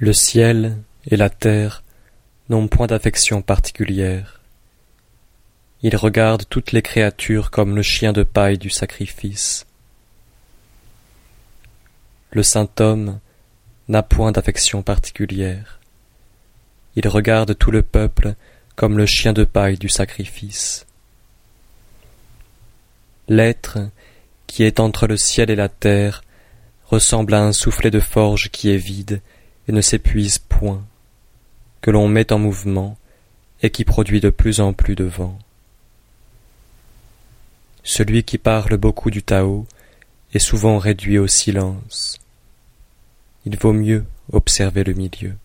Le ciel et la terre n'ont point d'affection particulière. Ils regardent toutes les créatures comme le chien de paille du sacrifice. Le saint homme n'a point d'affection particulière. Il regarde tout le peuple comme le chien de paille du sacrifice. L'être qui est entre le ciel et la terre ressemble à un soufflet de forge qui est vide et ne s'épuise point, que l'on met en mouvement et qui produit de plus en plus de vent. Celui qui parle beaucoup du Tao est souvent réduit au silence. Il vaut mieux observer le milieu.